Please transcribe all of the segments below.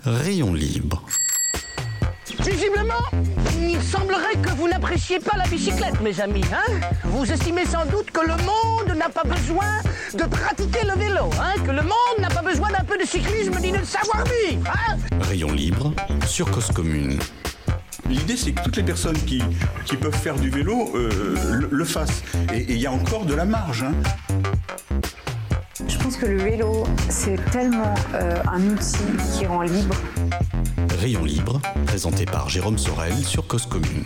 Rayon libre. Visiblement, il semblerait que vous n'appréciez pas la bicyclette, mes amis. Vous estimez sans doute que le monde n'a pas besoin de pratiquer le vélo, que le monde n'a pas besoin d'un peu de cyclisme ni de savoir-vivre. Rayon libre sur Cause Commune. L'idée, c'est que toutes les personnes qui peuvent faire du vélo le fassent. Et il y a encore de la marge. Je pense que le vélo, c'est tellement un outil qui rend libre. Rayon libre, présenté par Jérôme Sorel sur Cause Commune.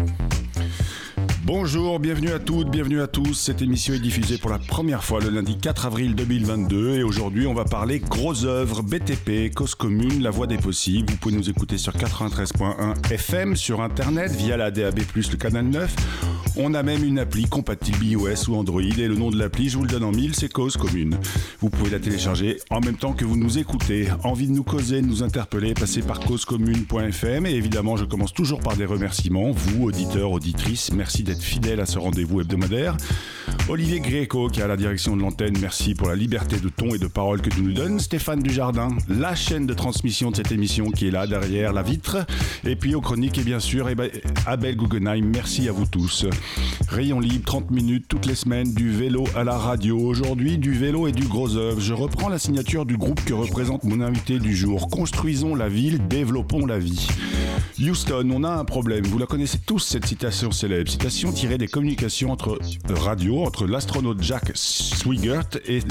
Bonjour, bienvenue à toutes, bienvenue à tous. Cette émission est diffusée pour la première fois le lundi 4 avril 2022 et aujourd'hui on va parler gros œuvres, BTP, Cause Commune, la voie des possibles. Vous pouvez nous écouter sur 93.1 FM, sur internet, via la DAB+, le canal 9. On a même une appli compatible iOS ou Android et le nom de l'appli, je vous le donne en mille, c'est Cause Commune. Vous pouvez la télécharger en même temps que vous nous écoutez. Envie de nous causer, de nous interpeller, passez par causecommune.fm et évidemment je commence toujours par des remerciements. Vous, auditeurs, auditrices, merci d'être fidèles à ce rendez-vous hebdomadaire. Olivier Gréco qui est à la direction de l'antenne, merci pour la liberté de ton et de parole que tu nous donnes. Stéphane Dujardin, la chaîne de transmission de cette émission qui est là derrière la vitre. Et puis aux chroniques et bien sûr Abel Guggenheim, merci à vous tous. Rayon libre, 30 minutes toutes les semaines, du vélo à la radio. Aujourd'hui, du vélo et du gros œuvre. Je reprends la signature du groupe que représente mon invité du jour. Construisons la ville, développons la vie. Houston, on a un problème. Vous la connaissez tous, cette citation célèbre. Citation tirée des communications entre l'astronaute Jack Swigert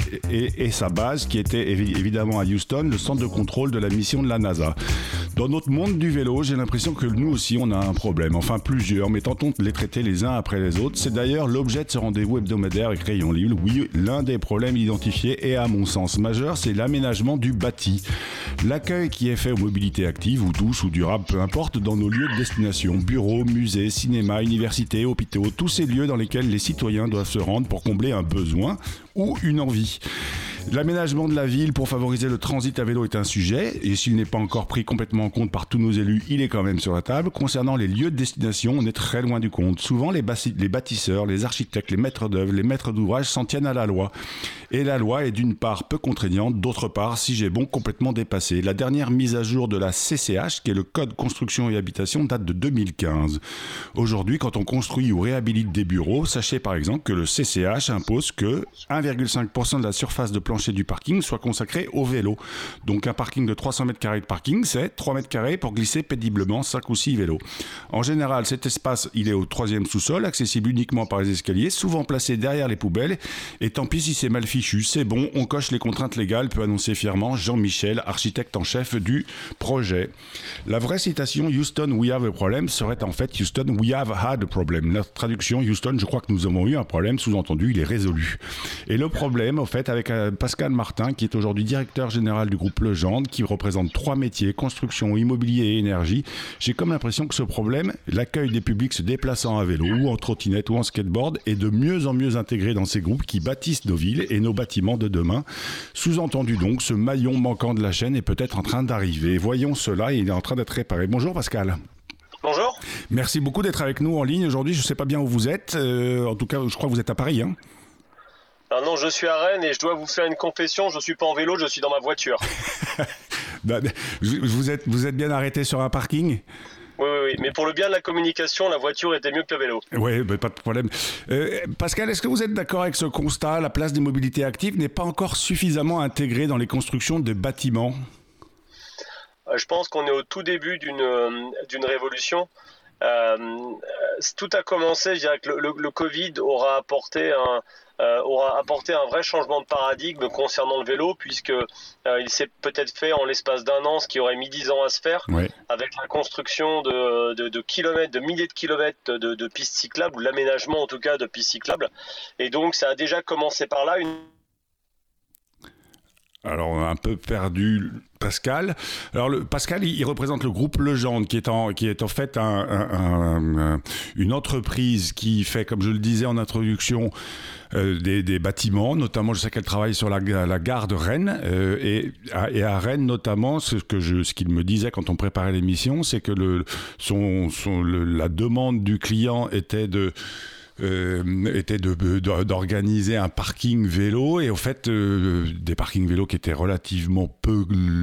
et sa base, qui était évidemment à Houston, le centre de contrôle de la mission de la NASA. Dans notre monde du vélo, j'ai l'impression que nous aussi, on a un problème. Enfin, plusieurs, mais tentons de les traiter les uns après les autres. C'est d'ailleurs l'objet de ce rendez-vous hebdomadaire avec Rayon libre. Oui, l'un des problèmes identifiés et à mon sens majeur, c'est l'aménagement du bâti. L'accueil qui est fait aux mobilités actives ou douces ou durables, peu importe, dans nos lieux de destination, bureaux, musées, cinémas, universités, hôpitaux, tous ces lieux dans lesquels les citoyens doivent se rendre pour combler un besoin ou une envie. L'aménagement de la ville pour favoriser le transit à vélo est un sujet, et s'il n'est pas encore pris complètement en compte par tous nos élus, il est quand même sur la table. Concernant les lieux de destination, on est très loin du compte. Souvent, les bâtisseurs, les architectes, les maîtres d'œuvre, les maîtres d'ouvrage s'en tiennent à la loi. Et la loi est d'une part peu contraignante, d'autre part, si j'ai bon, complètement dépassée. La dernière mise à jour de la CCH, qui est le Code Construction et Habitation, date de 2015. Aujourd'hui, quand on construit ou réhabilite des bureaux, sachez par exemple que le CCH impose que 1,5% de la surface de plancher du parking soit consacré au vélo. Donc un parking de 300 m² de parking, c'est 3 m² pour glisser paisiblement 5 ou 6 vélos. En général, cet espace, il est au 3e sous-sol, accessible uniquement par les escaliers, souvent placé derrière les poubelles, et tant pis si c'est mal fichu, c'est bon, on coche les contraintes légales, peut annoncer fièrement Jean-Michel, architecte en chef du projet. La vraie citation Houston, we have a problem serait en fait Houston, we have had a problem. La traduction Houston, je crois que nous avons eu un problème, sous-entendu, il est résolu. Et le problème, au fait, avec Pascal Martin, qui est aujourd'hui directeur général du groupe Legendre, qui représente 3 métiers, construction, immobilier et énergie. J'ai comme l'impression que ce problème, l'accueil des publics se déplaçant à vélo ou en trottinette ou en skateboard, est de mieux en mieux intégré dans ces groupes qui bâtissent nos villes et nos bâtiments de demain. Sous-entendu donc, ce maillon manquant de la chaîne est peut-être en train d'arriver. Voyons cela, il est en train d'être réparé. Bonjour Pascal. Bonjour. Merci beaucoup d'être avec nous en ligne aujourd'hui. Je ne sais pas bien où vous êtes. En tout cas, je crois que vous êtes à Paris, Alors non, je suis à Rennes et je dois vous faire une confession, je suis pas en vélo, je suis dans ma voiture. Vous êtes bien arrêté sur un parking ? Oui, mais pour le bien de la communication, la voiture était mieux que le vélo. Oui, pas de problème. Pascal, est-ce que vous êtes d'accord avec ce constat ? La place des mobilités actives n'est pas encore suffisamment intégrée dans les constructions de bâtiments ? Je pense qu'on est au tout début d'une révolution. Tout a commencé, je dirais que le Covid aura apporté un vrai changement de paradigme concernant le vélo, puisque il s'est peut-être fait en l'espace d'un an ce qui aurait mis 10 ans à se faire, avec la construction de kilomètres, de milliers de kilomètres de pistes cyclables, ou l'aménagement en tout cas de pistes cyclables. Et donc ça a déjà commencé par là. Alors, on a un peu perdu Pascal. Alors, Pascal, il représente le groupe Legendre, qui est en fait une entreprise qui fait, comme je le disais en introduction, des bâtiments. Notamment, je sais qu'elle travaille sur la gare de Rennes. Et à Rennes, notamment, ce qu'il me disait quand on préparait l'émission, c'est que la demande du client était de était d'organiser un parking vélo, et au fait des parkings vélo qui étaient relativement peu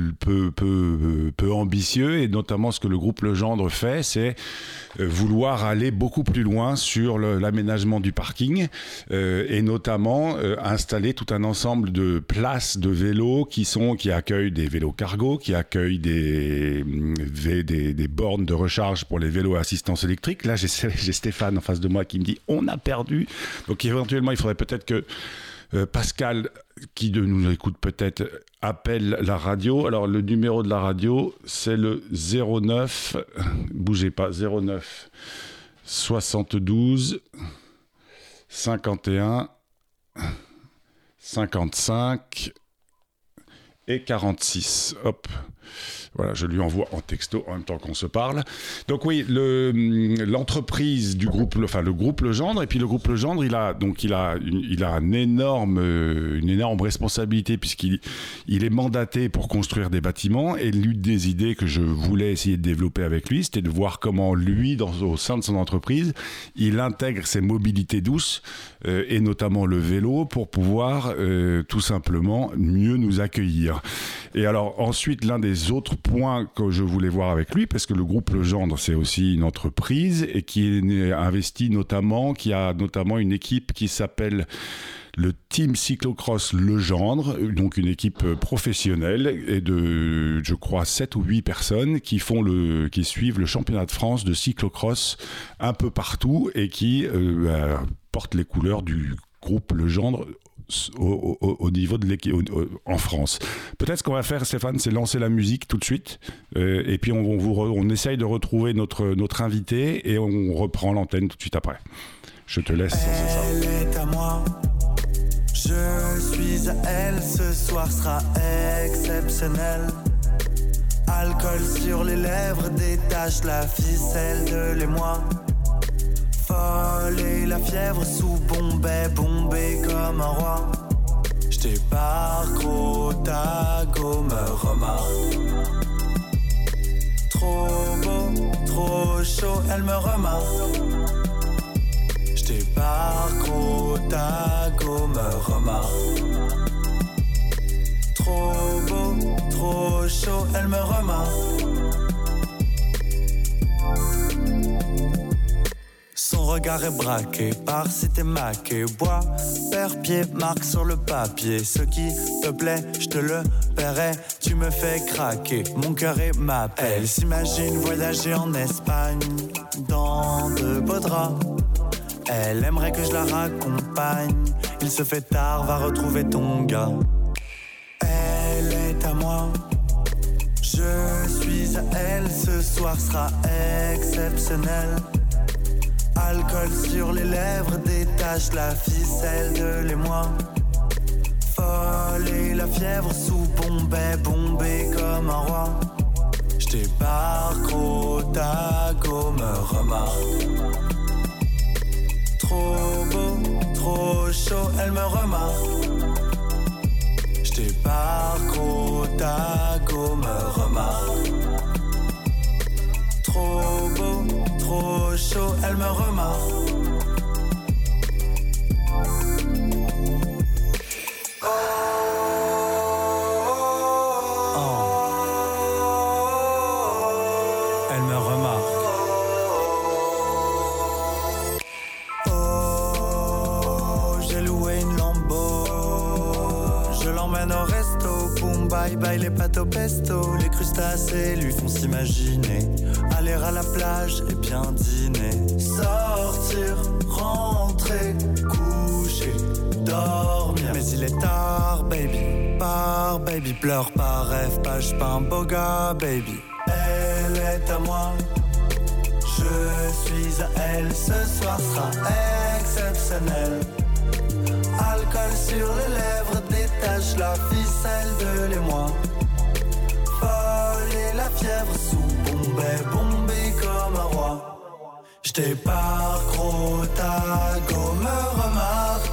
ambitieux, et notamment ce que le groupe Legendre fait, c'est vouloir aller beaucoup plus loin sur l'aménagement du parking, et notamment installer tout un ensemble de places de vélos qui accueillent des vélos cargo, qui accueillent des bornes de recharge pour les vélos à assistance électrique. Là, j'ai Stéphane en face de moi qui me dit on a perdu. Donc éventuellement, il faudrait peut-être que Pascal, qui nous écoute peut-être, appelle la radio. Alors le numéro de la radio, c'est le 09, bougez pas, 09 72 51 55 et 46. Hop. Voilà, je lui envoie en texto en même temps qu'on se parle. Donc oui, l'entreprise du groupe, enfin le groupe Legendre, et puis le groupe Legendre, il a une énorme responsabilité, puisqu'il est mandaté pour construire des bâtiments, et l'une des idées que je voulais essayer de développer avec lui, c'était de voir comment lui, au sein de son entreprise, il intègre ses mobilités douces, et notamment le vélo, pour pouvoir tout simplement mieux nous accueillir. Et alors ensuite, l'un des autres points que je voulais voir avec lui, parce que le groupe Legendre, c'est aussi une entreprise et qui a notamment une équipe qui s'appelle le Team Cyclocross Legendre, donc une équipe professionnelle et de, je crois, 7 ou 8 personnes qui suivent le championnat de France de cyclocross un peu partout, et qui portent les couleurs du groupe Legendre au niveau de l'équipe en France. Peut-être ce qu'on va faire, Stéphane, c'est lancer la musique tout de suite, et puis on essaye de retrouver notre invité, et on reprend l'antenne tout de suite après. Je te laisse lancer ça. Elle est à moi, je suis à elle, ce soir sera exceptionnel. Alcool sur les lèvres, détache la ficelle de l'émoi. Folle et la fièvre sous Bombay, bombé comme un roi. J'débarque, Otago me remarque. Trop beau, trop chaud, elle me remarque. J'débarque, Otago me remarque. Trop beau, trop chaud, elle me remarque. Son regard est braqué, par si t'es maqué. Bois, père, pied, marque sur le papier. Ce qui te plaît, je te le paierai. Tu me fais craquer, mon cœur est ma paix. Elle s'imagine voyager en Espagne, dans de beaux draps. Elle aimerait que je la raccompagne. Il se fait tard, va retrouver ton gars. Elle est à moi, je suis à elle. Ce soir sera exceptionnel. Alcool sur les lèvres, détache la ficelle de l'émoi. Folle et la fièvre sous Bombay, bombé comme un roi. J'débarque, Otago me remarque. Trop beau, trop chaud, elle me remarque. J'débarque, Otago me remarque. Trop beau, trop chaud, elle me remarque. Elle me remarque. Oh, j'ai loué une Lambo. Je l'emmène au resto. Boom, bye bye les pâtes au pesto. Les crustacés lui font s'imaginer aller à la plage et bien dîner. Sortir, rentrer, coucher, dormir. Mais il est tard, baby. Pars, baby. Pleure pas, rêve pas, j'suis pas un beau gars, baby. Elle est à moi, je suis à elle. Ce soir sera exceptionnel. Alcool sur les lèvres, détache la ficelle de l'émoi. Folle et la fièvre sous Bombay, bombé comme un roi. J'débarque, Otago me remarque.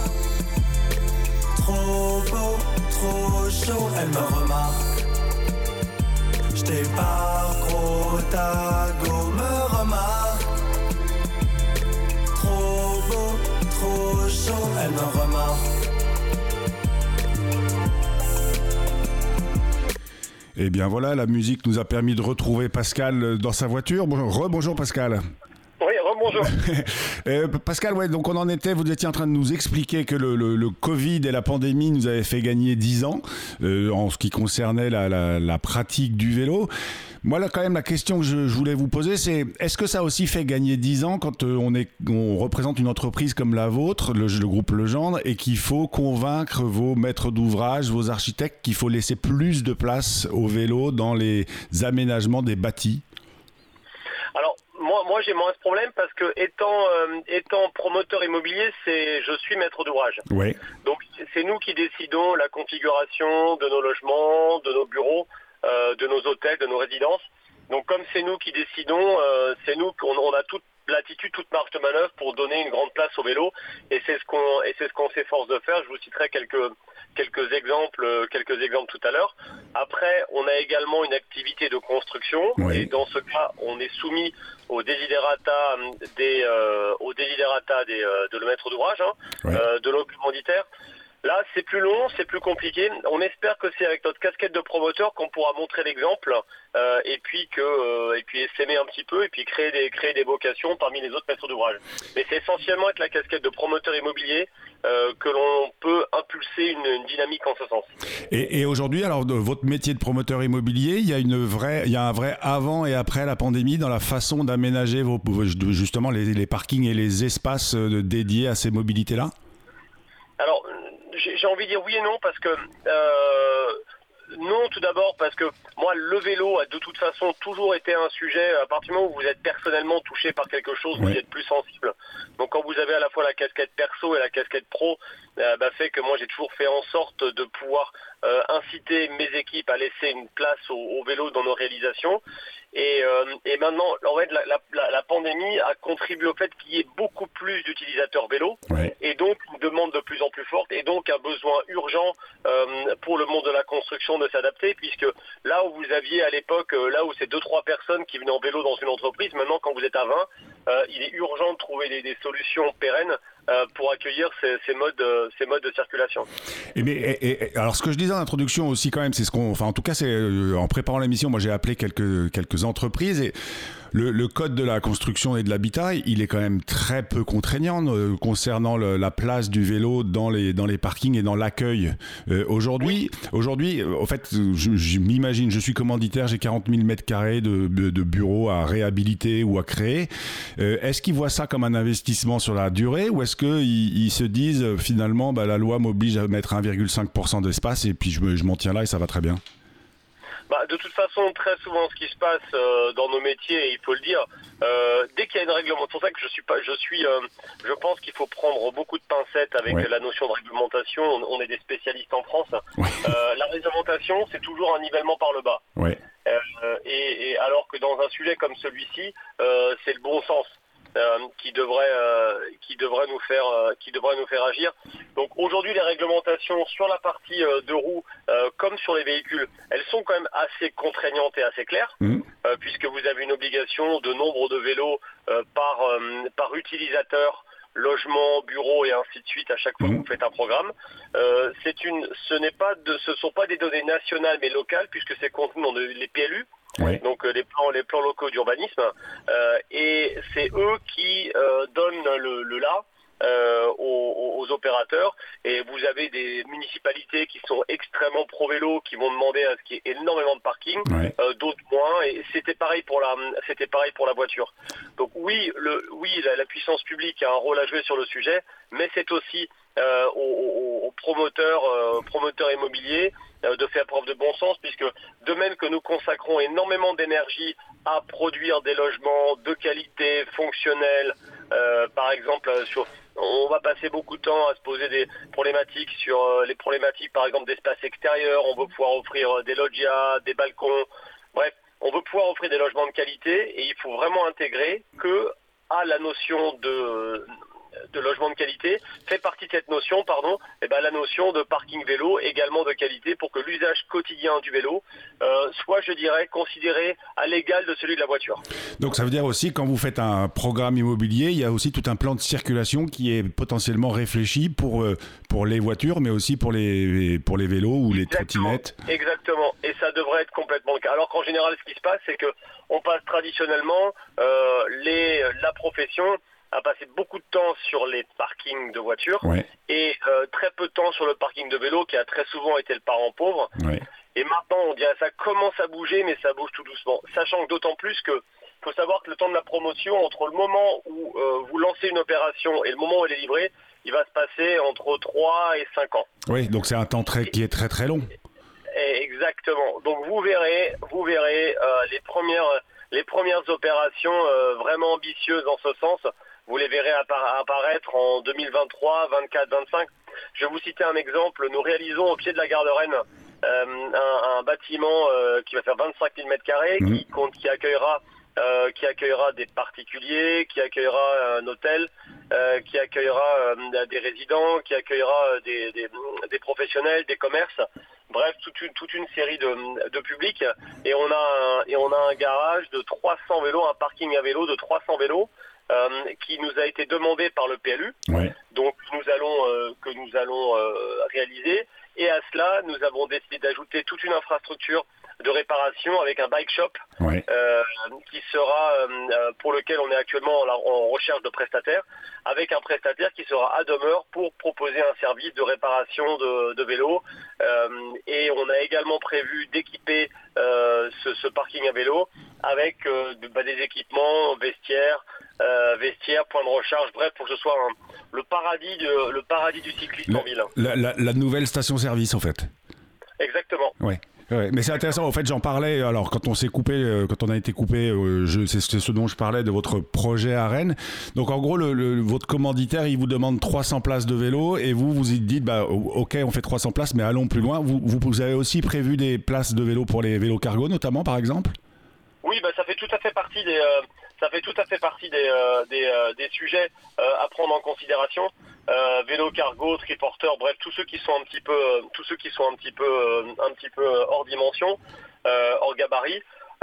Trop beau, trop chaud, elle me remarque. J'débarque, Otago me remarque. Trop beau, Eh bien voilà, la musique nous a permis de retrouver Pascal dans sa voiture. Bonjour Pascal. Oui, bonjour. Pascal, ouais, donc on en était, vous étiez en train de nous expliquer que le Covid et la pandémie nous avaient fait gagner 10 ans en ce qui concernait la pratique du vélo. Moi, là, quand même, la question que je voulais vous poser, c'est est-ce que ça aussi fait gagner 10 ans quand on représente une entreprise comme la vôtre, le groupe Legendre, et qu'il faut convaincre vos maîtres d'ouvrage, vos architectes, qu'il faut laisser plus de place au vélo dans les aménagements des bâtis? Alors, moi j'ai moins ce problème parce que étant promoteur immobilier, je suis maître d'ouvrage. Ouais. Donc, c'est nous qui décidons la configuration de nos logements, de nos bureaux, de nos hôtels, de nos résidences. Donc comme c'est nous qui décidons, c'est nous qu'on a toute latitude, toute marge de manœuvre pour donner une grande place au vélo, et c'est ce qu'on s'efforce de faire. Je vous citerai quelques exemples tout à l'heure. Après, on a également une activité de construction, oui. Et dans ce cas, on est soumis aux desiderata de le maître d'ouvrage, oui. De l'occupantitaire. Là, c'est plus long, c'est plus compliqué. On espère que c'est avec notre casquette de promoteur qu'on pourra montrer l'exemple et puis s'aimer un petit peu et puis créer des vocations parmi les autres maîtres d'ouvrage. Mais c'est essentiellement avec la casquette de promoteur immobilier que l'on peut impulser une dynamique en ce sens. Et aujourd'hui, alors, de votre métier de promoteur immobilier, il y a un vrai avant et après la pandémie dans la façon d'aménager justement les parkings et les espaces dédiés à ces mobilités-là? Alors, j'ai envie de dire oui et non parce que non, tout d'abord parce que moi le vélo a de toute façon toujours été un sujet. À partir du moment où vous êtes personnellement touché par quelque chose, vous y êtes plus sensible. Donc quand vous avez à la fois la casquette perso et la casquette pro, fait que moi j'ai toujours fait en sorte de pouvoir inciter mes équipes à laisser une place au vélo dans nos réalisations. Et maintenant, en fait, la pandémie a contribué au fait qu'il y ait beaucoup plus d'utilisateurs vélo, et donc une demande de plus en plus forte, et donc un besoin urgent pour le monde de la construction de s'adapter, puisque là où vous aviez à l'époque, là où c'est 2-3 personnes qui venaient en vélo dans une entreprise, maintenant quand vous êtes à 20, il est urgent de trouver des solutions pérennes pour accueillir ces modes de circulation. Alors ce que je disais en introduction aussi quand même, c'est en tout cas c'est en préparant l'émission, moi j'ai appelé quelques entreprises et le code de la construction et de l'habitat, il est quand même très peu contraignant concernant la place du vélo dans les parkings et dans l'accueil. Aujourd'hui, en fait, je m'imagine, je suis commanditaire, j'ai 40 000 mètres carrés de bureaux à réhabiliter ou à créer. Est-ce qu'ils voient ça comme un investissement sur la durée ou est-ce qu'ils se disent finalement la loi m'oblige à mettre 1,5% d'espace et puis je m'en tiens là et ça va très bien? De toute façon, très souvent, ce qui se passe dans nos métiers, il faut le dire, dès qu'il y a une réglementation, c'est pour ça que je pense qu'il faut prendre beaucoup de pincettes avec la notion de réglementation. On est des spécialistes en France. La réglementation, c'est toujours un nivellement par le bas. Et alors que dans un sujet comme celui-ci, c'est le bon sens. Qui devrait nous faire agir. Donc aujourd'hui les réglementations sur la partie de roues comme sur les véhicules, elles sont quand même assez contraignantes et assez claires puisque vous avez une obligation de nombre de vélos par utilisateur, logement, bureau et ainsi de suite à chaque fois que vous faites un programme. Ce sont pas des données nationales mais locales puisque c'est contenu dans les PLU. Donc les plans locaux d'urbanisme et c'est eux qui donnent le là aux opérateurs, et vous avez des municipalités qui sont extrêmement pro-vélo qui vont demander à ce qu'il y ait énormément de parking, d'autres moins, et c'était pareil pour la voiture. Donc oui, la puissance publique a un rôle à jouer sur le sujet, mais c'est aussi aux promoteurs immobiliers de faire preuve de bon sens, puisque de même que nous consacrons énormément d'énergie à produire des logements de qualité, fonctionnels, par exemple on va passer beaucoup de temps à se poser des problématiques sur les problématiques par exemple d'espace extérieur, on veut pouvoir offrir des loggias, des balcons, bref, on veut pouvoir offrir des logements de qualité, et il faut vraiment intégrer que à la notion logement de qualité fait partie de cette notion, la notion de parking vélo également de qualité pour que l'usage quotidien du vélo soit, je dirais, considéré à l'égal de celui de la voiture. Donc ça veut dire aussi, quand vous faites un programme immobilier, il y a aussi tout un plan de circulation qui est potentiellement réfléchi pour les voitures, mais aussi pour les vélos ou les trottinettes. Exactement, et ça devrait être complètement le cas. Alors qu'en général, ce qui se passe, c'est qu'on passe traditionnellement la profession a passé beaucoup de temps sur les parkings de voitures et très peu de temps sur le parking de vélo qui a très souvent été le parent pauvre. Ouais. Et maintenant, on dirait ça commence à bouger, mais ça bouge tout doucement. Sachant que d'autant plus que faut savoir que le temps de la promotion, entre le moment où vous lancez une opération et le moment où elle est livrée, il va se passer entre 3 et 5 ans. Oui, donc c'est un temps qui est très très long. Exactement. Donc vous verrez les premières opérations vraiment ambitieuses en ce sens. Vous les verrez apparaître en 2023, 24, 25. Je vais vous citer un exemple. Nous réalisons au pied de la gare de Rennes un bâtiment qui va faire 25 000 m2, qui accueillera des particuliers, qui accueillera un hôtel, qui accueillera des résidents, qui accueillera des professionnels, des commerces. Bref, toute une série de publics. Et on a un garage de 300 vélos, un parking à vélo de 300 vélos. Qui nous a été demandé par le PLU, donc que nous allons réaliser. Et à cela, nous avons décidé d'ajouter toute une infrastructure de réparation avec un bike shop qui sera pour lequel on est actuellement en recherche de prestataires, avec un prestataire qui sera à demeure pour proposer un service de réparation de vélos. Et on a également prévu d'équiper ce parking à vélo avec des équipements, vestiaires, point de recharge, bref, pour que ce soit le paradis du cycliste en ville. La nouvelle station-service, en fait. Exactement. Ouais. Ouais, mais c'est intéressant, en fait j'en parlais, alors quand on a été coupé, c'est ce dont je parlais de votre projet à Rennes. Donc en gros, votre commanditaire, il vous demande 300 places de vélo et vous dites, ok, on fait 300 places, mais allons plus loin. Vous avez aussi prévu des places de vélo pour les vélos cargo notamment, par exemple ? Oui, ça fait tout à fait partie des sujets à prendre en considération. Vélo cargo, triporteur, bref, tous ceux qui sont un petit peu hors dimension, hors gabarit.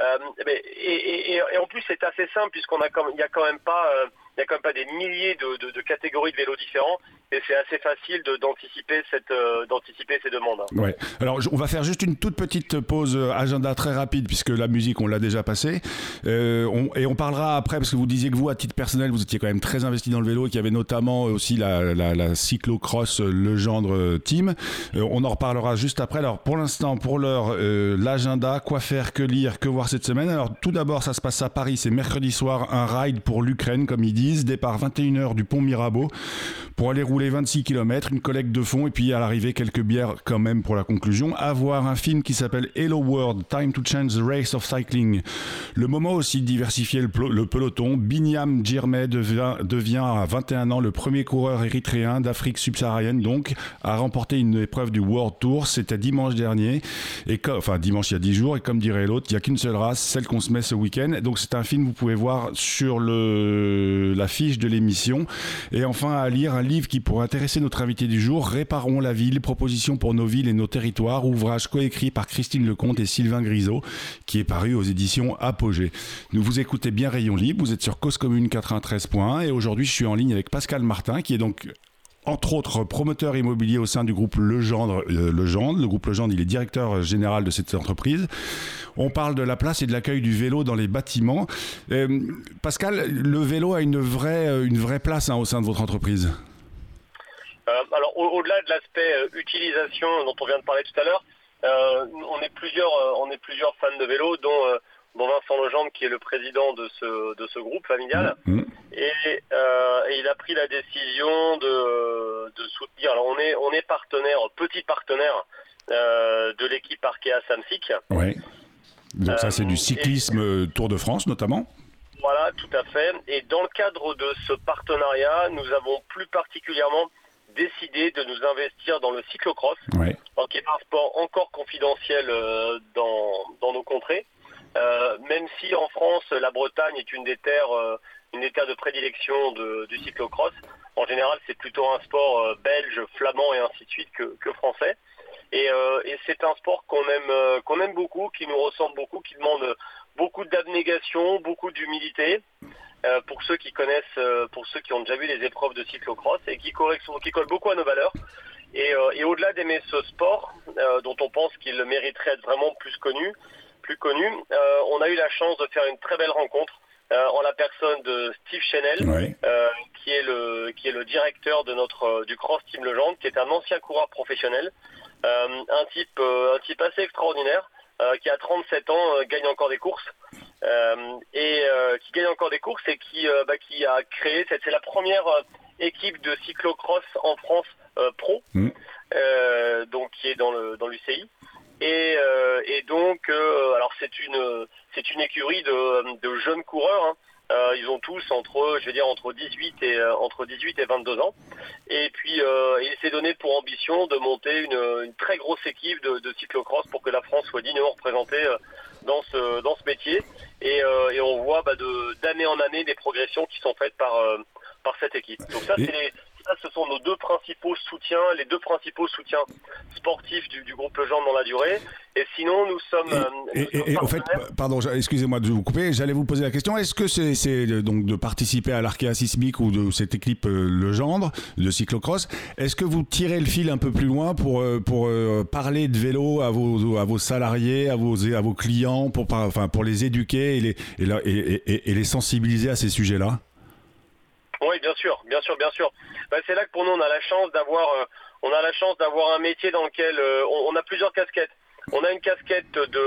Et en plus c'est assez simple puisqu'il y a quand même pas des milliers de catégories de vélos différents. Et c'est assez facile d'anticiper ces demandes. Ouais. Alors, on va faire juste une toute petite pause agenda très rapide puisque la musique, on l'a déjà passée. Et on parlera après parce que vous disiez que vous, à titre personnel, vous étiez quand même très investi dans le vélo et qu'il y avait notamment aussi la cyclocross Legendre Team. On en reparlera juste après. Alors, pour l'instant, pour l'heure, l'agenda, quoi faire, que lire, que voir cette semaine. Alors, tout d'abord, ça se passe à Paris. C'est mercredi soir, un ride pour l'Ukraine, comme ils disent. Départ 21h du pont Mirabeau pour aller rouler 26 km, une collecte de fonds et puis à l'arrivée quelques bières quand même pour la conclusion. À voir un film qui s'appelle Hello World, Time to Change the Race of Cycling. Le moment aussi de diversifier le peloton. Binyam Girmay devient à 21 ans le premier coureur érythréen d'Afrique subsaharienne donc à remporter une épreuve du World Tour. C'était dimanche dernier dimanche il y a 10 jours et comme dirait l'autre, il n'y a qu'une seule race, celle qu'on se met ce week-end. Donc c'est un film que vous pouvez voir sur la fiche de l'émission. Et enfin à lire un livre qui pourrait intéresser notre invité du jour, Réparons la ville, propositions pour nos villes et nos territoires, ouvrage coécrit par Christine Lecomte et Sylvain Grisot, qui est paru aux éditions Apogée. Nous vous écoutez bien Rayon Libre, vous êtes sur Cause Commune 93.1 et aujourd'hui je suis en ligne avec Pascal Martin qui est donc entre autres promoteur immobilier au sein du groupe Legendre. Le groupe Legendre, il est directeur général de cette entreprise. On parle de la place et de l'accueil du vélo dans les bâtiments. Pascal, le vélo a une vraie place au sein de votre entreprise. Alors au-delà de l'aspect utilisation dont on vient de parler tout à l'heure, on est plusieurs fans de vélo, dont Vincent Legendre qui est le président de ce groupe familial. Et il a pris la décision de soutenir. Alors on est petit partenaire de l'équipe Arkea Samsic. Ouais. Donc ça c'est du cyclisme Tour de France notamment. Voilà, tout à fait. Et dans le cadre de ce partenariat, nous avons plus particulièrement décidé de nous investir dans le cyclocross, qui est un sport encore confidentiel dans nos contrées. Même si en France, la Bretagne est une des terres de prédilection du cyclocross, En général, c'est plutôt un sport belge, flamand et ainsi de suite que français. Et c'est un sport qu'on aime beaucoup, qui nous ressemble beaucoup, qui demande beaucoup d'abnégation, beaucoup d'humilité. Pour ceux qui connaissent, pour ceux qui ont déjà vu les épreuves de cyclocross et qui collent beaucoup à nos valeurs. Et au-delà d'aimer ce sport, dont on pense qu'il mériterait d'être vraiment plus connu, on a eu la chance de faire une très belle rencontre en la personne de Steve Chenel, qui est le directeur du Cross Team Legendre, qui est un ancien coureur professionnel, un type assez extraordinaire, qui a 37 ans, gagne encore des courses, qui gagne encore des courses et qui a créé, c'est la première équipe de cyclocross en France pro, donc qui est dans l'UCI. Et donc, alors c'est une écurie de jeunes coureurs. Hein. Ils ont tous entre 18 et 22 ans. Et puis, il s'est donné pour ambition de monter une très grosse équipe de cyclocross pour que la France soit dignement représentée dans ce métier. Et on voit d'année en année des progressions qui sont faites par cette équipe. Donc ça, ce sont nos deux principaux soutiens, les deux principaux soutiens sportifs du groupe Legendre dans la durée. Et sinon, nous sommes... en fait, pardon, excusez-moi de vous couper, j'allais vous poser la question, est-ce que c'est donc de participer à l'Arkea Sismic ou de cette équipe Legendre de cyclocross, est-ce que vous tirez le fil un peu plus loin pour parler de vélo à vos salariés, à vos clients, pour les éduquer et les sensibiliser à ces sujets-là ? Oui, bien sûr. C'est là que pour nous on a la chance d'avoir un métier dans lequel on a plusieurs casquettes. On a une casquette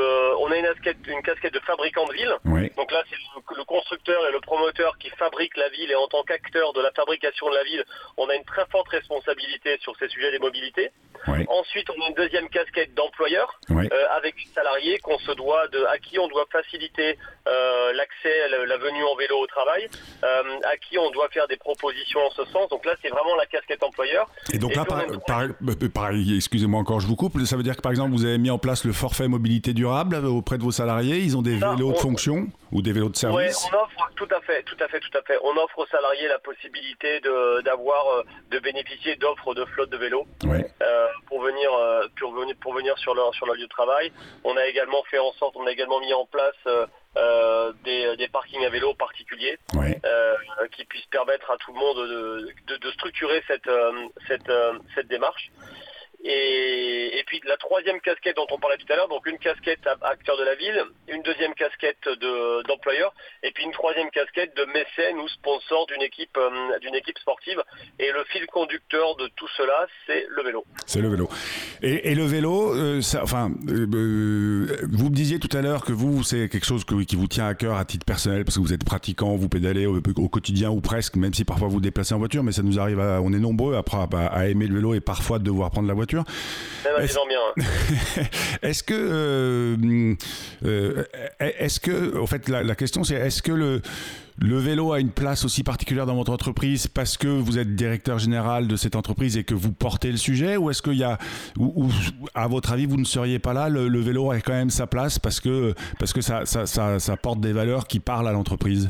de fabricant de ville. Oui. Donc là, c'est le constructeur et le promoteur qui fabrique la ville, et en tant qu'acteur de la fabrication de la ville, on a une très forte responsabilité sur ces sujets des mobilités. Oui. Ensuite, on a une deuxième casquette d'employeur, oui, avec des salariés à qui on doit faciliter l'accès, la venue en vélo au travail, à qui on doit faire des propositions en ce sens. Donc là, c'est vraiment la casquette employeur. Et donc là, pareil, excusez-moi encore, je vous coupe. Ça veut dire que par exemple, vous avez mis en place le forfait mobilité durable auprès de vos salariés. Ils ont des vélos de fonction ou des vélos de service. Oui, on offre tout à fait. On offre aux salariés la possibilité de bénéficier d'offres de flotte de vélos, oui, pour venir sur leur lieu de travail. On a également mis en place des parkings à vélo particuliers, oui, qui puissent permettre à tout le monde de structurer cette démarche. Et puis la troisième casquette dont on parlait tout à l'heure, donc une casquette acteur de la ville, une deuxième casquette d'employeur, et puis une troisième casquette de mécène ou sponsor d'une équipe sportive. Et le fil conducteur de tout cela, c'est le vélo. C'est le vélo. Et le vélo, vous me disiez tout à l'heure que c'est quelque chose qui vous tient à cœur à titre personnel, parce que vous êtes pratiquant, vous pédalez au quotidien ou presque, même si parfois vous déplacez en voiture, mais ça nous arrive, on est nombreux à aimer le vélo et parfois de devoir prendre la voiture. Est-ce que, en fait, la question c'est, est-ce que le vélo a une place aussi particulière dans votre entreprise parce que vous êtes directeur général de cette entreprise et que vous portez le sujet, ou est-ce qu'il y a, ou à votre avis vous ne seriez pas là, le vélo a quand même sa place parce que ça porte des valeurs qui parlent à l'entreprise?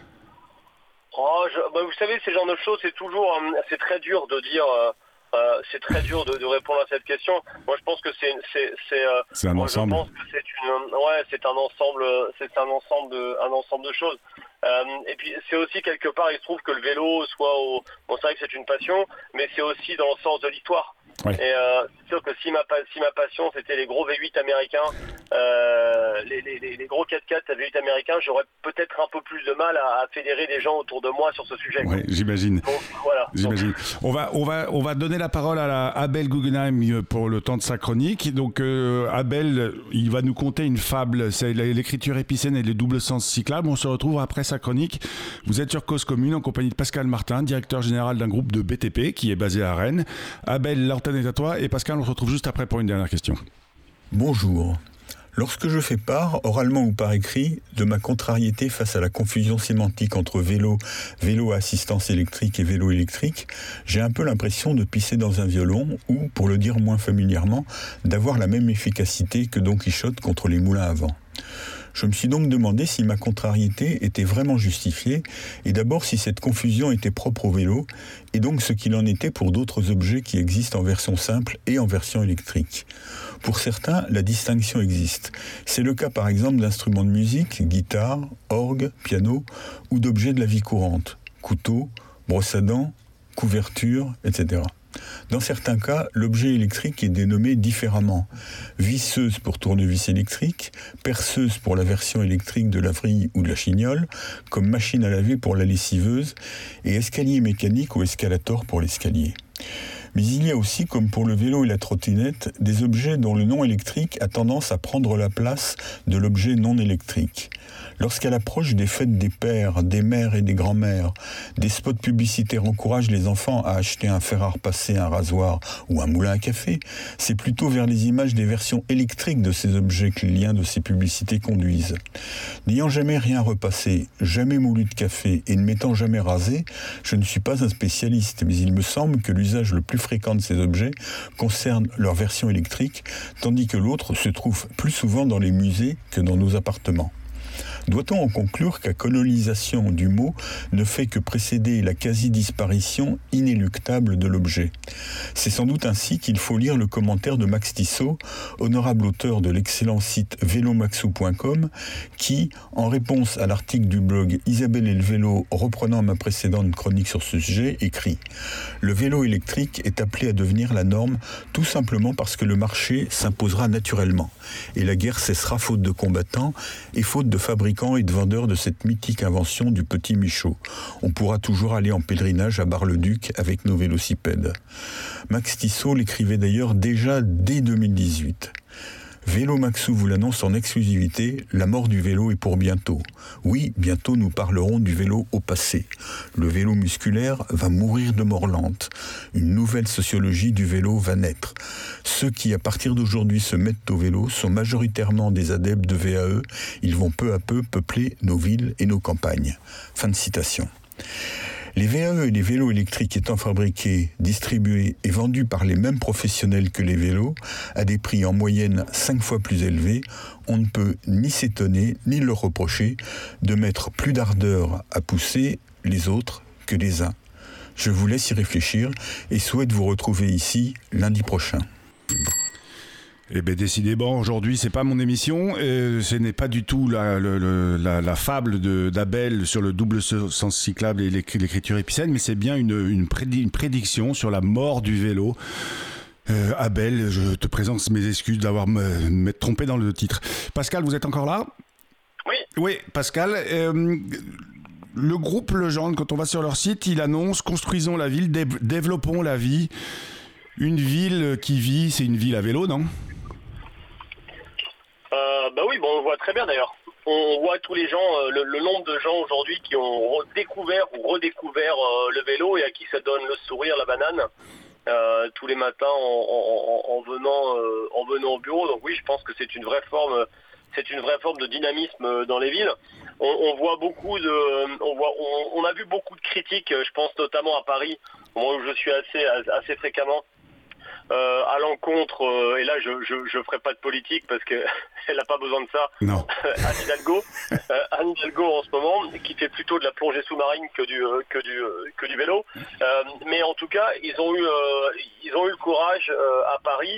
Vous savez, ces genres de choses, c'est très dur de dire. C'est très dur de répondre à cette question. Moi, je pense que c'est un ensemble. Je pense que c'est un ensemble de choses. Et puis, c'est aussi quelque part, il se trouve que le vélo c'est vrai que c'est une passion, mais c'est aussi dans le sens de l'histoire. Ouais. Et c'est sûr que si ma passion c'était les gros V8 américains, les gros 4x4 V8 américains, j'aurais peut-être un peu plus de mal à fédérer des gens autour de moi sur ce sujet. Ouais, j'imagine. Donc, voilà. J'imagine. Donc, on va donner la parole à Abel Guggenheim pour le temps de sa chronique. Donc Abel, il va nous conter une fable, c'est l'écriture épicène et les doubles sens cyclables. On se retrouve après sa chronique. Vous êtes sur Cause Commune en compagnie de Pascal Martin, directeur général d'un groupe de BTP qui est basé à Rennes. Abel, l'antenne est à toi, et Pascal, on se retrouve juste après pour une dernière question. Bonjour. Lorsque je fais part, oralement ou par écrit, de ma contrariété face à la confusion sémantique entre vélo à assistance électrique et vélo électrique, j'ai un peu l'impression de pisser dans un violon ou, pour le dire moins familièrement, d'avoir la même efficacité que Don Quichotte contre les moulins à vent. Je me suis donc demandé si ma contrariété était vraiment justifiée, et d'abord si cette confusion était propre au vélo, et donc ce qu'il en était pour d'autres objets qui existent en version simple et en version électrique. Pour certains, la distinction existe. C'est le cas par exemple d'instruments de musique, guitare, orgue, piano, ou d'objets de la vie courante, couteau, brosse à dents, couverture, etc. Dans certains cas, l'objet électrique est dénommé différemment. Visseuse pour tournevis électrique, perceuse pour la version électrique de la vrille ou de la chignole, comme machine à laver pour la lessiveuse, et escalier mécanique ou escalator pour l'escalier. Mais il y a aussi, comme pour le vélo et la trottinette, des objets dont le nom électrique a tendance à prendre la place de l'objet non électrique. Lorsqu'à l'approche des fêtes des pères, des mères et des grands-mères, des spots publicitaires encouragent les enfants à acheter un fer à repasser, un rasoir ou un moulin à café, c'est plutôt vers les images des versions électriques de ces objets que les liens de ces publicités conduisent. N'ayant jamais rien repassé, jamais moulu de café et ne m'étant jamais rasé, je ne suis pas un spécialiste, mais il me semble que l'usage le plus fréquent de ces objets concerne leur version électrique, tandis que l'autre se trouve plus souvent dans les musées que dans nos appartements. Doit-on en conclure qu'à colonisation du mot ne fait que précéder la quasi-disparition inéluctable de l'objet? C'est sans doute ainsi qu'il faut lire le commentaire de Max Tissot, honorable auteur de l'excellent site velomaxou.com, qui, en réponse à l'article du blog Isabelle et le vélo reprenant ma précédente chronique sur ce sujet, écrit « Le vélo électrique est appelé à devenir la norme tout simplement parce que le marché s'imposera naturellement, et la guerre cessera faute de combattants et faute de fabricants et de vendeurs de cette mythique invention du petit Michaud. On pourra toujours aller en pèlerinage à Bar-le-Duc avec nos vélocipèdes. » Max Tissot l'écrivait d'ailleurs déjà dès 2018. Vélo Maxou vous l'annonce en exclusivité, la mort du vélo est pour bientôt. Oui, bientôt nous parlerons du vélo au passé. Le vélo musculaire va mourir de mort lente. Une nouvelle sociologie du vélo va naître. Ceux qui, à partir d'aujourd'hui, se mettent au vélo sont majoritairement des adeptes de VAE. Ils vont peu à peu peupler nos villes et nos campagnes. Fin de citation. Les VAE et les vélos électriques étant fabriqués, distribués et vendus par les mêmes professionnels que les vélos, à des prix en moyenne 5 fois plus élevés, on ne peut ni s'étonner ni leur reprocher de mettre plus d'ardeur à pousser les autres que les uns. Je vous laisse y réfléchir et souhaite vous retrouver ici lundi prochain. Eh bien, décidément, aujourd'hui, c'est pas mon émission. Ce n'est pas du tout la fable d'Abel sur le double sens cyclable et l'écriture épicène, mais c'est bien une prédiction sur la mort du vélo. Abel, je te présente mes excuses d'avoir m'être trompé dans le titre. Pascal, vous êtes encore là ? Oui. Oui, Pascal. Le groupe Legendre, quand on va sur leur site, il annonce « Construisons la ville, développons la vie ». Une ville qui vit, c'est une ville à vélo, non ? Oui, on le voit très bien d'ailleurs. On voit tous les gens, le nombre de gens aujourd'hui qui ont découvert ou redécouvert le vélo et à qui ça donne le sourire, la banane, tous les matins en venant au bureau. Donc oui, je pense que c'est une vraie forme de dynamisme dans les villes. On voit beaucoup on a vu beaucoup de critiques, je pense notamment à Paris, où je suis assez fréquemment. À l'encontre, et là je ferai pas de politique parce que elle n'a pas besoin de ça. Non. Anne Hidalgo en ce moment, qui fait plutôt de la plongée sous-marine que du vélo. Mais en tout cas, ils ont eu le courage à Paris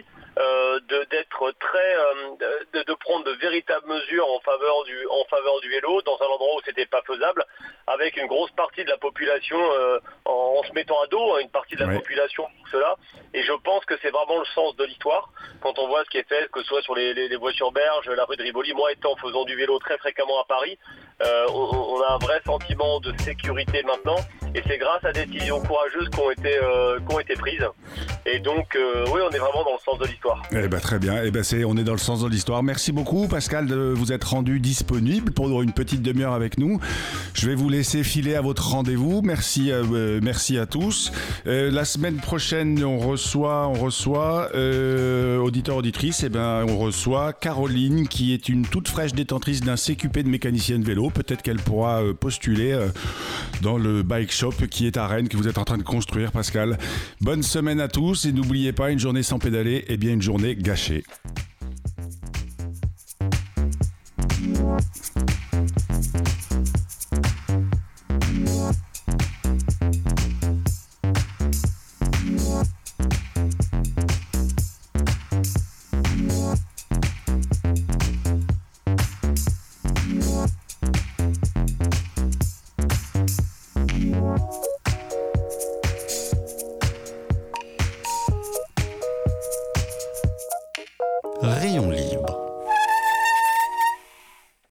de prendre de véritables mesures en faveur du vélo dans un endroit où c'était pas faisable, avec une grosse partie de la population en se mettant à dos, une partie de la population pour cela. Et je pense que c'est vraiment le sens de l'histoire quand on voit ce qui est fait, que ce soit sur les voies sur berge, la rue de Rivoli. Moi, faisant du vélo très fréquemment à Paris, on a un vrai sentiment de sécurité maintenant, et c'est grâce à des décisions courageuses qui ont été prises. Et donc, oui, on est vraiment dans le sens de l'histoire. Eh ben, très bien. On est dans le sens de l'histoire. Merci beaucoup, Pascal, de vous être rendu disponible pour une petite demi-heure avec nous. Je vais vous laisser filer à votre rendez-vous. Merci à tous. La semaine prochaine, on reçoit auditeurs, auditrices. On reçoit Caroline, qui est une toute fraîche détentrice d'un CQP de mécanicienne vélo. Peut-être qu'elle pourra postuler dans le bike shop qui est à Rennes, que vous êtes en train de construire, Pascal. Bonne semaine à tous et n'oubliez pas, une journée sans pédaler, une journée gâchée.